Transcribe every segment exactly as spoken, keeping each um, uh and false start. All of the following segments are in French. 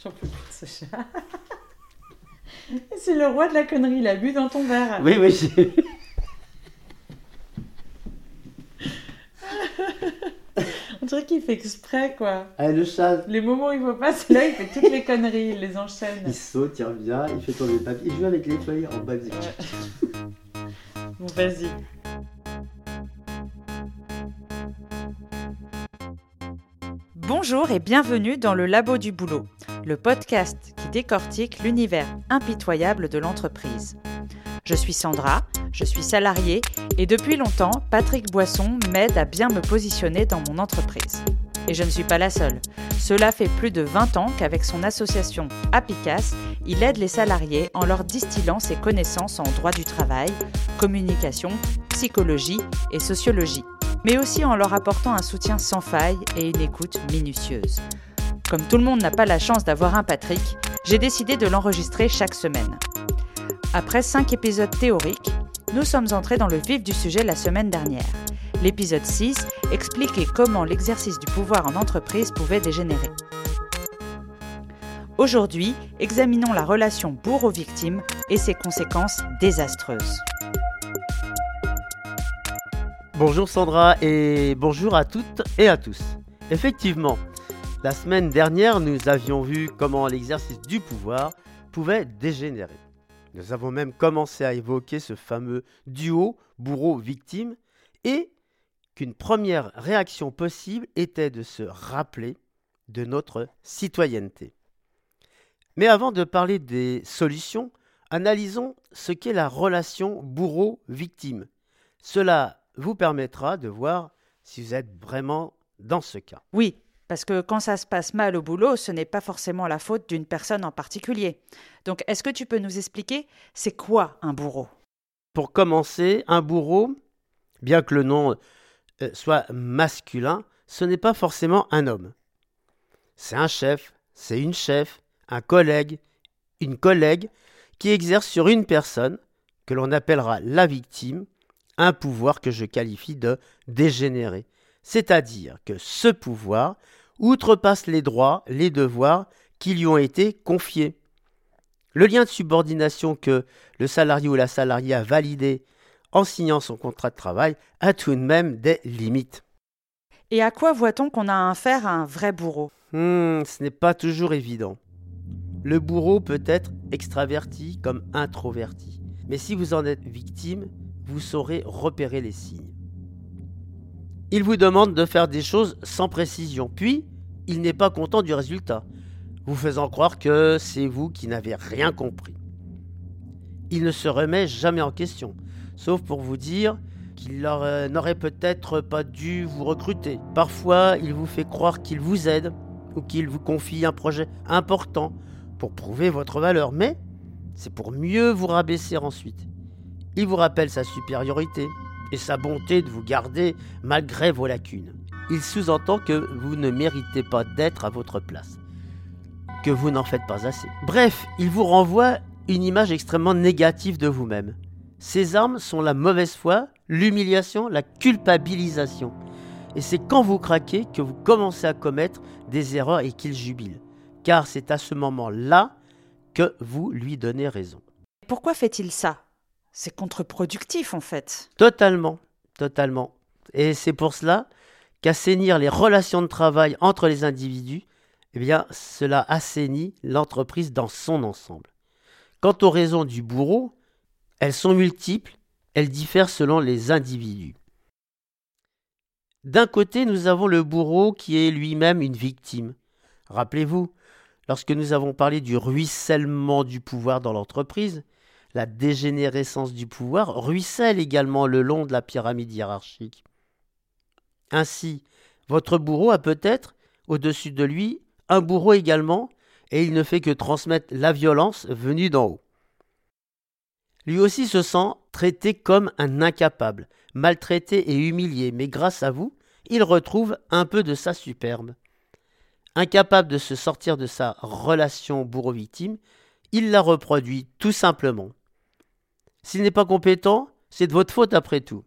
J'en peux plus de ce chat. C'est le roi de la connerie, il a bu dans ton verre. Oui, oui, j'ai... On dirait qu'il fait exprès, quoi. Ah, le chat, Les moments où il voit pas, c'est là, il fait toutes les conneries, il les enchaîne. il saute, il revient, il fait tourner le papier, il joue avec les feuilles en bas. Ouais. Bon, vas-y. Bonjour et bienvenue dans le Labo du Boulot, le podcast qui décortique l'univers impitoyable de l'entreprise. Je suis Sandra, je suis salariée et depuis longtemps, Patrick Boisson m'aide à bien me positionner dans mon entreprise. Et je ne suis pas la seule. Cela fait plus de vingt ans qu'avec son association Apicas, il aide les salariés en leur distillant ses connaissances en droit du travail, communication, psychologie et sociologie, mais aussi en leur apportant un soutien sans faille et une écoute minutieuse. Comme tout le monde n'a pas la chance d'avoir un Patrick, j'ai décidé de l'enregistrer chaque semaine. Après cinq épisodes théoriques, nous sommes entrés dans le vif du sujet la semaine dernière. L'épisode six expliquait comment l'exercice du pouvoir en entreprise pouvait dégénérer. Aujourd'hui, examinons la relation bourreau-victime et ses conséquences désastreuses. Bonjour Sandra et bonjour à toutes et à tous. Effectivement, la semaine dernière, nous avions vu comment l'exercice du pouvoir pouvait dégénérer. Nous avons même commencé à évoquer ce fameux duo bourreau-victime et qu'une première réaction possible était de se rappeler de notre citoyenneté. Mais avant de parler des solutions, analysons ce qu'est la relation bourreau-victime. Cela vous permettra de voir si vous êtes vraiment dans ce cas. Oui, parce que quand ça se passe mal au boulot, ce n'est pas forcément la faute d'une personne en particulier. Donc, est-ce que tu peux nous expliquer, c'est quoi un bourreau ? Pour commencer, un bourreau, bien que le nom euh, soit masculin, ce n'est pas forcément un homme. C'est un chef, c'est une chef, un collègue, une collègue qui exerce sur une personne, que l'on appellera la victime, un pouvoir que je qualifie de dégénéré. C'est-à-dire que ce pouvoir outrepasse les droits, les devoirs qui lui ont été confiés. Le lien de subordination que le salarié ou la salariée a validé en signant son contrat de travail a tout de même des limites. Et à quoi voit-on qu'on a affaire à un vrai bourreau ? Hmm, ce n'est pas toujours évident. Le bourreau peut être extraverti comme introverti. Mais si vous en êtes victime, vous saurez repérer les signes. Il vous demande de faire des choses sans précision, puis il n'est pas content du résultat, vous faisant croire que c'est vous qui n'avez rien compris. Il ne se remet jamais en question, sauf pour vous dire qu'il n'aurait peut-être pas dû vous recruter. Parfois, il vous fait croire qu'il vous aide ou qu'il vous confie un projet important pour prouver votre valeur, mais c'est pour mieux vous rabaisser ensuite. Il vous rappelle sa supériorité et sa bonté de vous garder malgré vos lacunes. Il sous-entend que vous ne méritez pas d'être à votre place, que vous n'en faites pas assez. Bref, il vous renvoie une image extrêmement négative de vous-même. Ses armes sont la mauvaise foi, l'humiliation, la culpabilisation. Et c'est quand vous craquez que vous commencez à commettre des erreurs et qu'il jubile. Car c'est à ce moment-là que vous lui donnez raison. Pourquoi fait-il ça ? C'est contre-productif en fait. Totalement, totalement. Et c'est pour cela qu'assainir les relations de travail entre les individus, eh bien, cela assainit l'entreprise dans son ensemble. Quant aux raisons du bourreau, elles sont multiples, elles diffèrent selon les individus. D'un côté, nous avons le bourreau qui est lui-même une victime. Rappelez-vous, lorsque nous avons parlé du ruissellement du pouvoir dans l'entreprise, la dégénérescence du pouvoir ruisselle également le long de la pyramide hiérarchique. Ainsi, votre bourreau a peut-être, au-dessus de lui, un bourreau également, et il ne fait que transmettre la violence venue d'en haut. Lui aussi se sent traité comme un incapable, maltraité et humilié, mais grâce à vous, il retrouve un peu de sa superbe. Incapable de se sortir de sa relation bourreau-victime, il la reproduit tout simplement. S'il n'est pas compétent, c'est de votre faute après tout.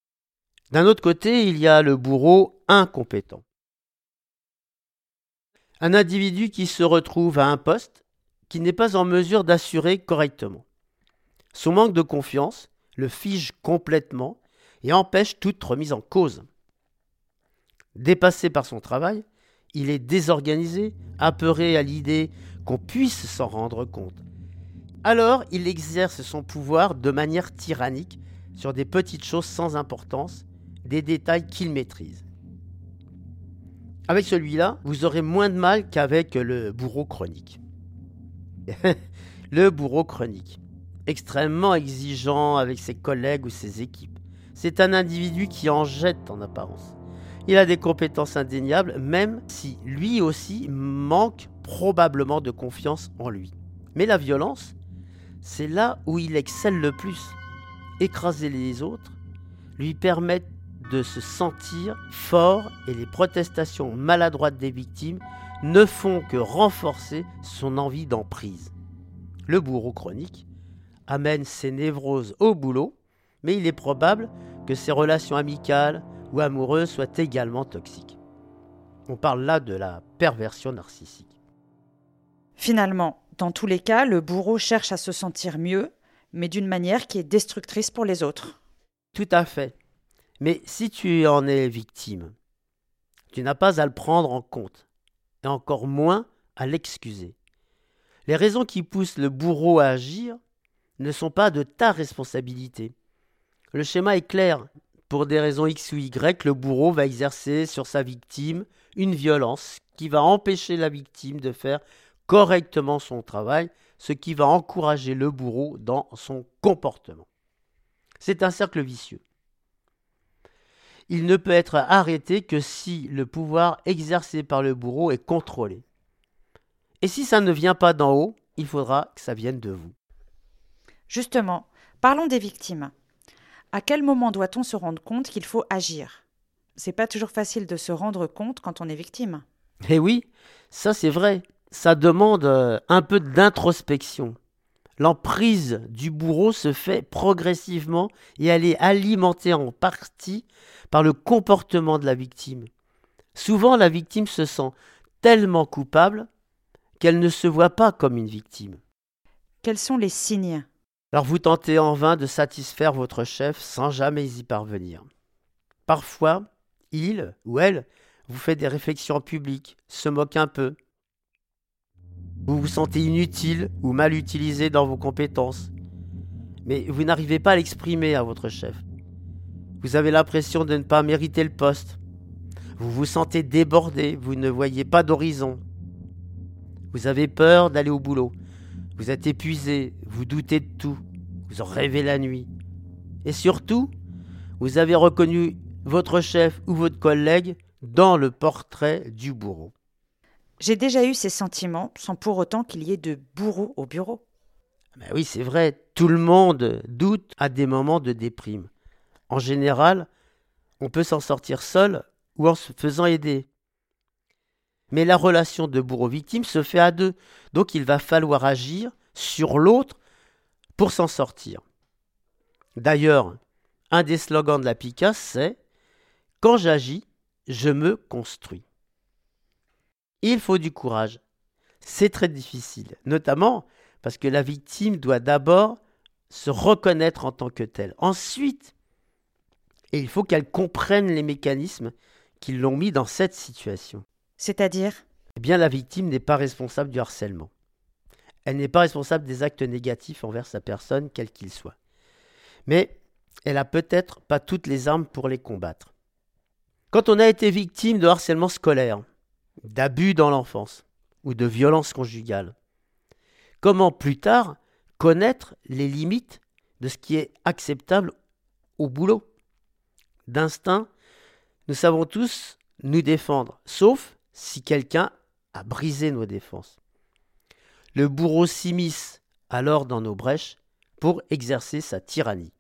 D'un autre côté, il y a le bourreau incompétent. Un individu qui se retrouve à un poste qu'il n'est pas en mesure d'assurer correctement. Son manque de confiance le fige complètement et empêche toute remise en cause. Dépassé par son travail, il est désorganisé, apeuré à l'idée qu'on puisse s'en rendre compte. Alors, il exerce son pouvoir de manière tyrannique sur des petites choses sans importance, des détails qu'il maîtrise. Avec celui-là, vous aurez moins de mal qu'avec le bourreau chronique. Le bourreau chronique, extrêmement exigeant avec ses collègues ou ses équipes. C'est un individu qui en jette en apparence. Il a des compétences indéniables, même si lui aussi manque probablement de confiance en lui. Mais la violence, c'est là où il excelle le plus. Écraser les autres lui permet de se sentir fort et les protestations maladroites des victimes ne font que renforcer son envie d'emprise. Le bourreau chronique amène ses névroses au boulot, mais il est probable que ses relations amicales ou amoureuses soient également toxiques. On parle là de la perversion narcissique. Finalement, dans tous les cas, le bourreau cherche à se sentir mieux, mais d'une manière qui est destructrice pour les autres. Tout à fait. Mais si tu en es victime, tu n'as pas à le prendre en compte, et encore moins à l'excuser. Les raisons qui poussent le bourreau à agir ne sont pas de ta responsabilité. Le schéma est clair. Pour des raisons X ou Y, le bourreau va exercer sur sa victime une violence qui va empêcher la victime de faire correctement son travail, ce qui va encourager le bourreau dans son comportement. C'est un cercle vicieux. Il ne peut être arrêté que si le pouvoir exercé par le bourreau est contrôlé. Et si ça ne vient pas d'en haut, il faudra que ça vienne de vous. Justement, parlons des victimes. À quel moment doit-on se rendre compte qu'il faut agir ? C'est pas toujours facile de se rendre compte quand on est victime. Eh oui, ça c'est vrai. Ça demande un peu d'introspection. L'emprise du bourreau se fait progressivement et elle est alimentée en partie par le comportement de la victime. Souvent, la victime se sent tellement coupable qu'elle ne se voit pas comme une victime. Quels sont les signes ? Alors vous tentez en vain de satisfaire votre chef sans jamais y parvenir. Parfois, il ou elle vous fait des réflexions en public, se moque un peu. Vous vous sentez inutile ou mal utilisé dans vos compétences. Mais vous n'arrivez pas à l'exprimer à votre chef. Vous avez l'impression de ne pas mériter le poste. Vous vous sentez débordé, vous ne voyez pas d'horizon. Vous avez peur d'aller au boulot. Vous êtes épuisé, vous doutez de tout. Vous en rêvez la nuit. Et surtout, vous avez reconnu votre chef ou votre collègue dans le portrait du bourreau. J'ai déjà eu ces sentiments sans pour autant qu'il y ait de bourreau au bureau. Ben oui, c'est vrai, tout le monde doute à des moments de déprime. En général, on peut s'en sortir seul ou en se faisant aider. Mais la relation de bourreau-victime se fait à deux, donc il va falloir agir sur l'autre pour s'en sortir. D'ailleurs, un des slogans de la Picasse, c'est « Quand j'agis, je me construis ». Il faut du courage. C'est très difficile, notamment parce que la victime doit d'abord se reconnaître en tant que telle. Ensuite, il faut qu'elle comprenne les mécanismes qui l'ont mis dans cette situation. C'est-à-dire ? Eh bien, la victime n'est pas responsable du harcèlement. Elle n'est pas responsable des actes négatifs envers sa personne, quel qu'il soit. Mais elle a peut-être pas toutes les armes pour les combattre. Quand on a été victime de harcèlement scolaire, d'abus dans l'enfance ou de violences conjugales, comment plus tard connaître les limites de ce qui est acceptable au boulot ? D'instinct, nous savons tous nous défendre, sauf si quelqu'un a brisé nos défenses. Le bourreau s'immisce alors dans nos brèches pour exercer sa tyrannie.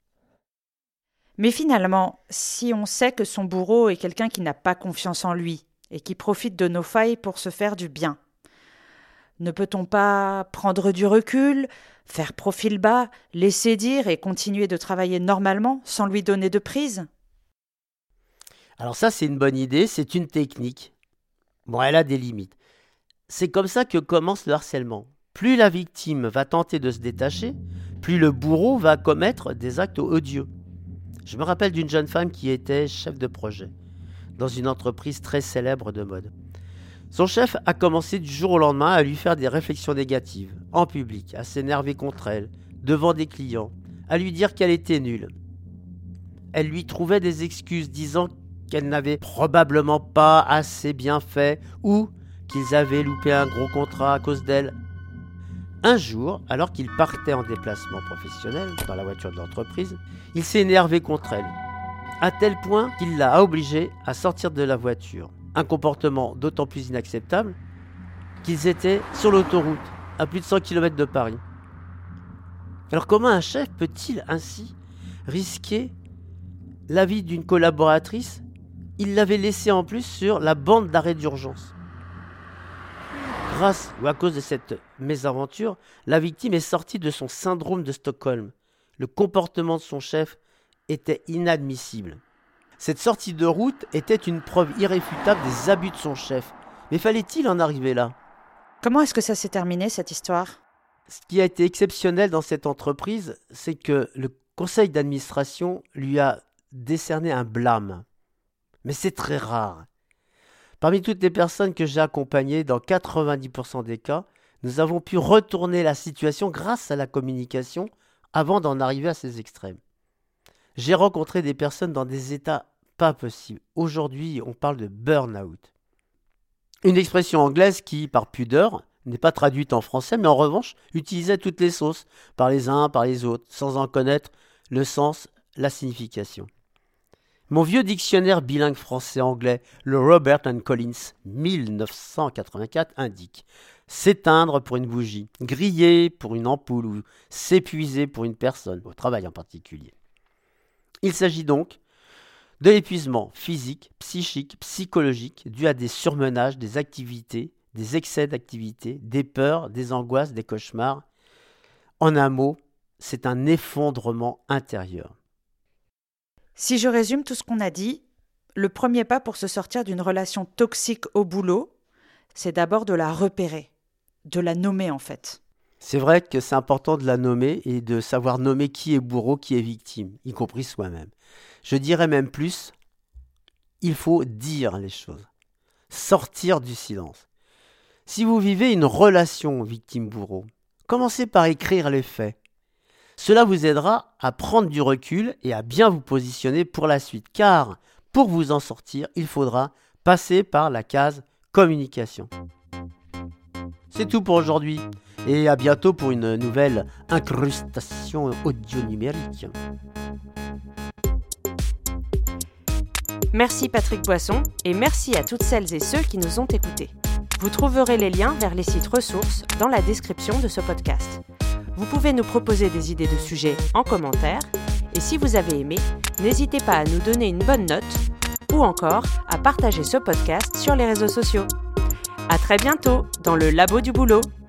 Mais finalement, si on sait que son bourreau est quelqu'un qui n'a pas confiance en lui et qui profite de nos failles pour se faire du bien, ne peut-on pas prendre du recul, faire profil bas, laisser dire et continuer de travailler normalement sans lui donner de prise ? Alors ça, c'est une bonne idée, c'est une technique. Bon, elle a des limites. C'est comme ça que commence le harcèlement. Plus la victime va tenter de se détacher, plus le bourreau va commettre des actes odieux. Je me rappelle d'une jeune femme qui était chef de projet dans une entreprise très célèbre de mode. Son chef a commencé du jour au lendemain à lui faire des réflexions négatives, en public, à s'énerver contre elle, devant des clients, à lui dire qu'elle était nulle. Elle lui trouvait des excuses disant qu'elle n'avait probablement pas assez bien fait ou qu'ils avaient loupé un gros contrat à cause d'elle. Un jour, alors qu'il partait en déplacement professionnel dans la voiture de l'entreprise, il s'est énervé contre elle, à tel point qu'il l'a obligée à sortir de la voiture. Un comportement d'autant plus inacceptable qu'ils étaient sur l'autoroute, à plus de cent kilomètres de Paris. Alors comment un chef peut-il ainsi risquer la vie d'une collaboratrice? Il l'avait laissée en plus sur la bande d'arrêt d'urgence. Grâce ou à cause de cette mésaventure, la victime est sortie de son syndrome de Stockholm. Le comportement de son chef était inadmissible. Cette sortie de route était une preuve irréfutable des abus de son chef. Mais fallait-il en arriver là? Comment est-ce que ça s'est terminé, cette histoire? Ce qui a été exceptionnel dans cette entreprise, c'est que le conseil d'administration lui a décerné un blâme. Mais c'est très rare. Parmi toutes les personnes que j'ai accompagnées, dans quatre-vingt-dix pour cent des cas, nous avons pu retourner la situation grâce à la communication avant d'en arriver à ces extrêmes. J'ai rencontré des personnes dans des états pas possibles. Aujourd'hui, on parle de burn-out. Une expression anglaise qui, par pudeur, n'est pas traduite en français, mais en revanche, utilisait toutes les sauces, par les uns, par les autres, sans en connaître le sens, la signification. Mon vieux dictionnaire bilingue français-anglais, le Robert and Collins mille neuf cent quatre-vingt-quatre, indique « s'éteindre pour une bougie, griller pour une ampoule ou s'épuiser pour une personne, au travail en particulier ». Il s'agit donc de l'épuisement physique, psychique, psychologique dû à des surmenages, des activités, des excès d'activité, des peurs, des angoisses, des cauchemars. En un mot, c'est un effondrement intérieur. Si je résume tout ce qu'on a dit, le premier pas pour se sortir d'une relation toxique au boulot, c'est d'abord de la repérer, de la nommer en fait. C'est vrai que c'est important de la nommer et de savoir nommer qui est bourreau, qui est victime, y compris soi-même. Je dirais même plus, il faut dire les choses, sortir du silence. Si vous vivez une relation victime-bourreau, commencez par écrire les faits. Cela vous aidera à prendre du recul et à bien vous positionner pour la suite, car pour vous en sortir, il faudra passer par la case communication. C'est tout pour aujourd'hui et à bientôt pour une nouvelle incrustation audio numérique. Merci Patrick Boisson et merci à toutes celles et ceux qui nous ont écoutés. Vous trouverez les liens vers les sites ressources dans la description de ce podcast. Vous pouvez nous proposer des idées de sujets en commentaire et si vous avez aimé, n'hésitez pas à nous donner une bonne note ou encore à partager ce podcast sur les réseaux sociaux. À très bientôt dans le Labo du Boulot.